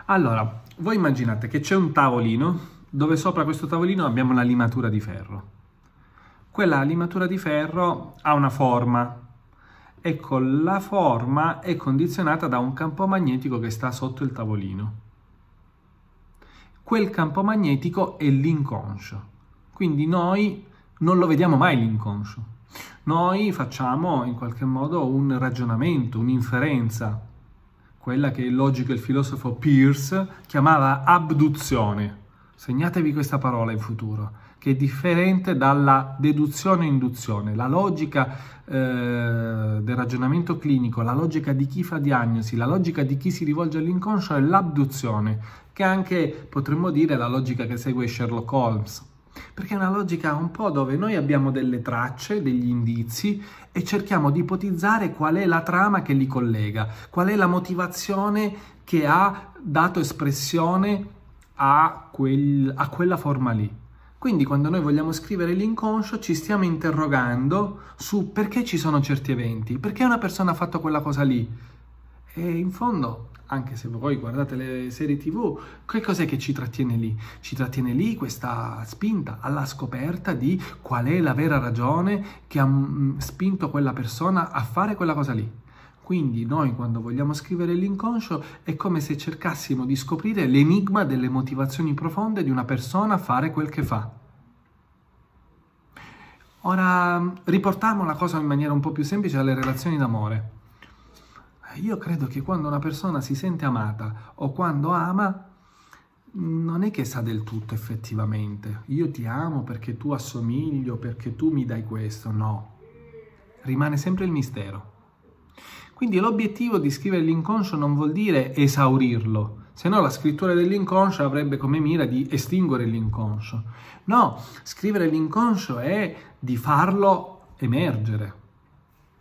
Allora, voi immaginate che c'è un tavolino dove sopra questo tavolino abbiamo una limatura di ferro. Quella limatura di ferro ha una forma. Ecco, la forma è condizionata da un campo magnetico che sta sotto il tavolino. Quel campo magnetico è l'inconscio. Quindi noi non lo vediamo mai l'inconscio. Noi facciamo in qualche modo un ragionamento, un'inferenza, quella che il logico e il filosofo Peirce chiamava abduzione. Segnatevi questa parola in futuro, che è differente dalla deduzione e induzione. La logica del ragionamento clinico, la logica di chi fa diagnosi, la logica di chi si rivolge all'inconscio è l'abduzione, che anche potremmo dire la logica che segue Sherlock Holmes. Perché è una logica un po' dove noi abbiamo delle tracce, degli indizi e cerchiamo di ipotizzare qual è la trama che li collega, qual è la motivazione che ha dato espressione a quella forma lì. Quindi quando noi vogliamo scrivere l'inconscio ci stiamo interrogando su perché ci sono certi eventi, perché una persona ha fatto quella cosa lì. E in fondo, anche se voi guardate le serie TV, che cos'è che ci trattiene lì? Ci trattiene lì questa spinta alla scoperta di qual è la vera ragione che ha spinto quella persona a fare quella cosa lì. Quindi noi quando vogliamo scrivere l'inconscio è come se cercassimo di scoprire l'enigma delle motivazioni profonde di una persona a fare quel che fa. Ora riportiamo la cosa in maniera un po' più semplice alle relazioni d'amore. Io credo che quando una persona si sente amata o quando ama, non è che sa del tutto effettivamente. Io ti amo perché tu assomigli o perché tu mi dai questo, no. Rimane sempre il mistero. Quindi l'obiettivo di scrivere l'inconscio non vuol dire esaurirlo, se no la scrittura dell'inconscio avrebbe come mira di estinguere l'inconscio. No, scrivere l'inconscio è di farlo emergere.